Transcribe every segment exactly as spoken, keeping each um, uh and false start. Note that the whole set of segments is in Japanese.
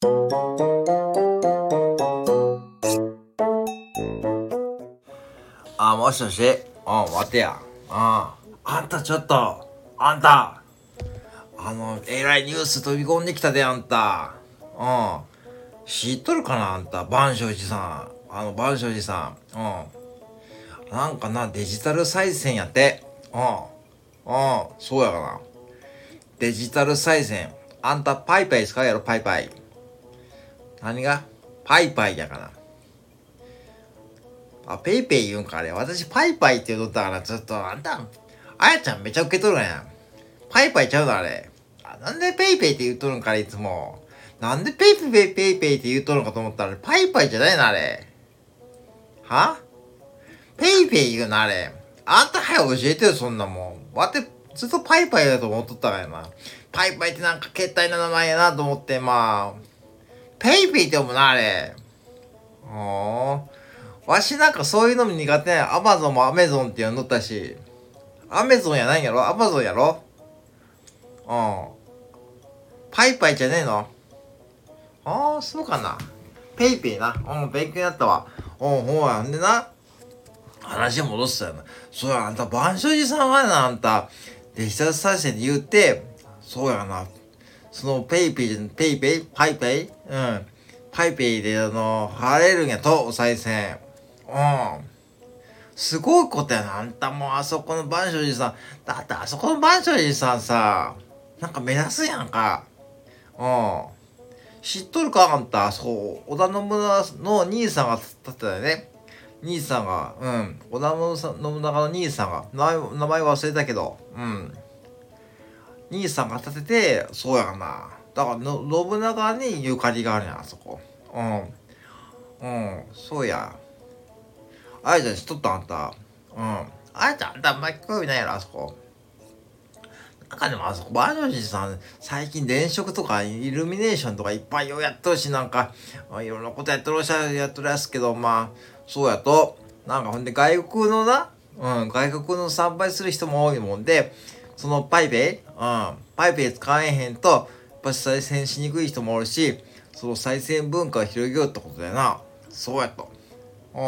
あ、もしもし。あ、待てや。あ、あんたちょっと、あんた、あの、えらいニュース飛び込んできたで、あんた。うん。知っとるかな、あんた。万象寺さん。あの、万象寺さん。うん。なんかな、デジタル再選やって。うん。うん。そうやかな。デジタル再選。あんた、パイパイ使うやろ、パイパイ。何がパイパイやかな。あ、ペイペイ言うんか、あれ。私、パイパイって言うとったから、ちょっと、あんた、あやちゃんめっちゃ受け取るやん。パイパイちゃうのあれ。あ、なんでペイペイって言うとるんか、いつも。なんでペイペイペイペイペイって言うとるんかと思ったら、パイパイじゃないのあれ。はペイペイ言うのあれ。あんた早く教えてよ、そんなもん。わて、ずっとパイパイだと思っとったからな。パイパイってなんか携帯の名前やなと思って、まあ、ペイペイって読むな、あれ。ほー。わしなんかそういうのも苦手や。アマゾンもアメゾンって呼んどったし。アメゾンやないんやろアマゾンやろ。うん。パイパイじゃねえの。ああ、そうかな。ペイペイな。うん、勉強になったわ。うん、ほうや。んでな、話戻すよな。そうや、あんた、万象寺さんはな、あんた、デジタル再生で言うて、そうやな。その、ペイペイ、ペイペイパイペイうん。パイペイで、あの、払えるんやと、お賽銭。うん。すごいことやな。あんたもうあそこの万象寺さん。だってあそこの万象寺さんさ、なんか目指すやんか。うん。知っとるかあんた。そう。織田信長の兄さんが立ってたよね。兄さんが、うん。織田信長の兄さんが、名前名前忘れたけど、うん。兄さんが立てて、そうやな。だからの、信長にゆかりがあるやん、あそこ。うん。うん。そうや。あやちゃん知っとったあんた。うん。あやちゃんあんたあんまり興味ないやろ、あそこ。なんかでもあそこ、バージョンジさん、最近電飾とかイルミネーションとかいっぱいようやっとるし、なんか、いろんなことやっとるしやっとるやすけど、まあ、そうやと、なんかほんで外国のな、うん、外国の参拝する人も多いもんで、そのパイペイ、うん、パイペイ使えへんと、やっぱ再生しにくい人もおるし、その再生文化を広げようってことだよな。そうやと。うん。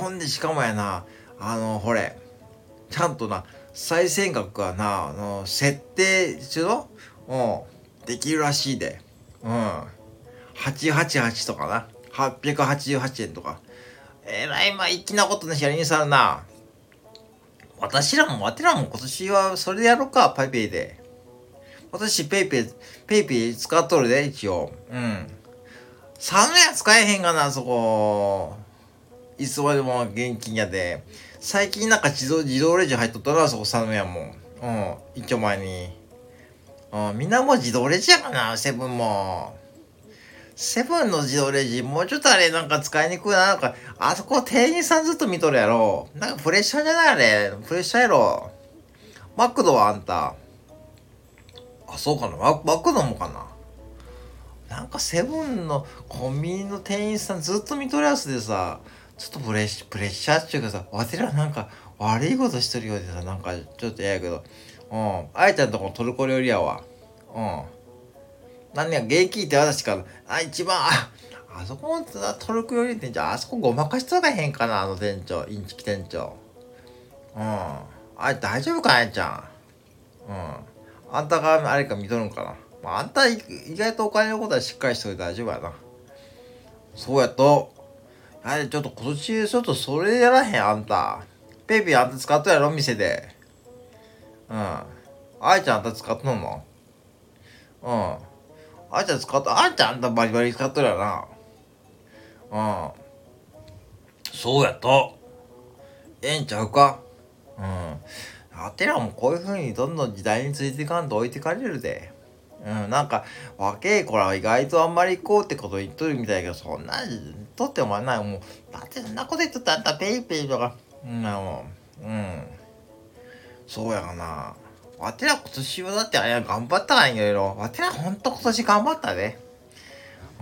ほんでしかもやな、あの、ほれ、ちゃんとな、再生額はな、あの、設定しろうん、できるらしいで。うん。はちはちはちとかな。はっぴゃくはちじゅうはちえんとか。えらい、まあ、粋なことねしやりにさるな。私らも、わてらも今年はそれでやろうか、パイペイで。私、ペイペイ、ペイペイ使っとるで、一応。うん。サムヤ使えへんがな、そこ。いつまでも現金やで。最近なんか自動、自動レジ入っとったな、そこサムヤも。うん。一丁前に。うん。みんなもう自動レジやかな、セブンも。セブンの自動レジ、もうちょっとあれなんか使いにくいな。なんか、あそこ店員さんずっと見とるやろ。なんかプレッシャーじゃないあれ。プレッシャーやろ。マクドはあんた。あ、そうかな。ママクドもかな。なんかセブンのコンビニの店員さんずっと見とるやつでさ、ちょっとプレッシプレッシャーっていうかさ、わてらなんか悪いことしてるようでさ、なんかちょっと嫌やけど、うん。あいちゃんとこトルコ料理やわ。うん。何や、現金って私から、あ、一番、あ、あそこのトルコ料理店長、あそこごまかしとかへんかな、あの店長、インチキ店長。うん。あれ大丈夫かあいちゃん。うん。あんたがあれか見とるんかな。まあ、あんた意外とお金のことはしっかりしといて大丈夫やな。そうやと。あれ、ちょっと今年ちょっとそれやらへん、あんた。ペイペイあんた使っとやろ、店で。うん。あいちゃんあんた使っとんのうん。あいちゃん使っと、あいちゃんあんたバリバリ使っとるやな。うん。そうやと。ええんちゃうかうん。あてらもこういう風にどんどん時代についていかんと置いてかれるで。うん、なんか、若え子らは意外とあんまり行こうってこと言っとるみたいやけど、そんな、とってもない。もう、だってそんなこと言っとったらあんたペイペイとか、うん、もう、うん、そうやがな。わてら今年はだってあれ頑張ったからいろいろ。わてらほんと今年頑張ったで。うん。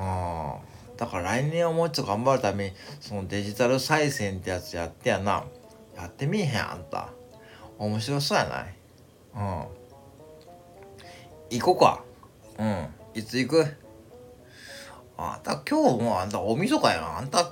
だから来年はもうちょっと頑張るために、そのデジタル再選ってやつやってやな。やってみいへん、あんた。面白そうやない。うん。行こうか。うん。いつ行くあんた今日もうあんた大晦日やん。あんた、うん。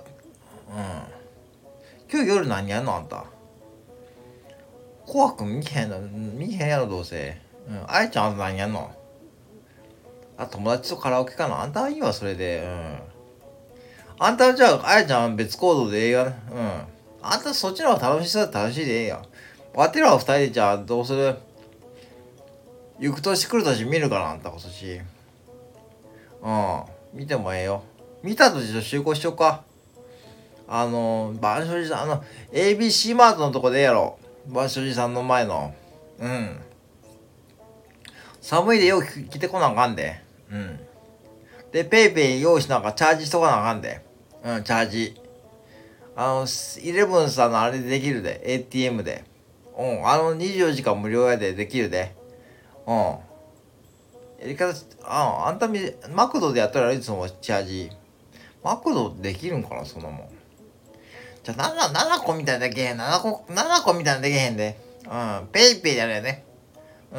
今日夜何やんのあんた。紅白見へんの、見へんやろどうせ。うん。あやちゃんあんた何やんの。あ、友達とカラオケかな。あんたはいいわ、それで。うん。あんたはじゃあ、あやちゃん別行動でええやん。うん。あんたそっちの方が楽しそうだ楽しいでええやん。わてらは二人でじゃあどうする。行く年来る年見るかなあんた今年。うん。見てもええよ。見たとちょっと集合しようか。あの、万象寺さん、あの、エービーシー マートのとこでええやろ。万象寺さんの前の。うん。寒いでよく来てこなあかんで。うん。で、ペイペイ用意しなあかん。チャージしとかなあかんで。うん、チャージ。あの、イレブンさんのあれでできるで。エーティーエム で。うん。あのにじゅうよじかん無料やでできるで。うん。やり方、あ、あんたみ、マクドでやったらいつもチャージ。マクドできるんかなそんなもん。じゃあ、なな、ななこみたいなできへん。ななこ、ななこみたいなできへんで。うん。ペイペイやるよね。うん。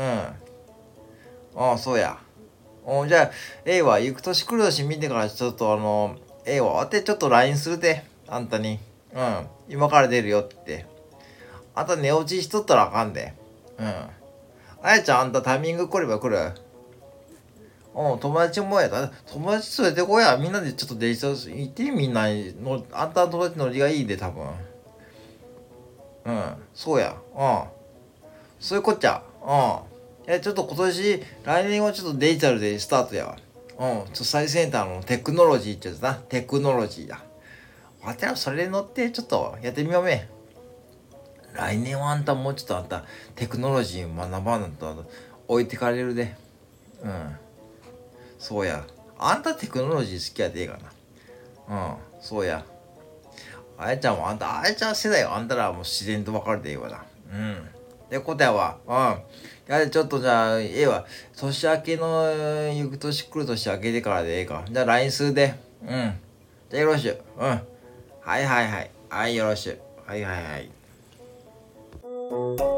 うん、そうや。うん、じゃあ、ええわ。行く年来る年見てからちょっとあの、ええわ。あてちょっと ライン するで。あんたに。うん。今から出るよって。あんた寝落ちしとったらあかんで。うん。あやちゃん、あんたタイミング来れば来る。うん、友達もやだ。友達連れてこや。みんなでちょっとデート行ってみんなの。あんたの友達ノリがいいで、多分。うん。そうや。うん。そういうこっちゃ。うん。え、ちょっと今年、来年はちょっとデジタルでスタートやわ。うん。ちょっと最先端のテクノロジーってやつな。テクノロジーだ。わてらそれに乗ってちょっとやってみようめ。来年はあんたもうちょっとあんたテクノロジー学ばんと置いてかれるで。うん。そうや。あんたテクノロジー好きやでええかな。うん。そうや。あやちゃんもあんた、あやちゃん世代はあんたらはもう自然と分かるでええわな。うん。ってことやわ。うん。やちょっとじゃあ、ええわ。年明けの、行く年来る年明けてからでええか。じゃあ ライン 数で。うん。じゃあよろしゅう。うん。はいはいはい。はい、よろしゅう。はいはいはい。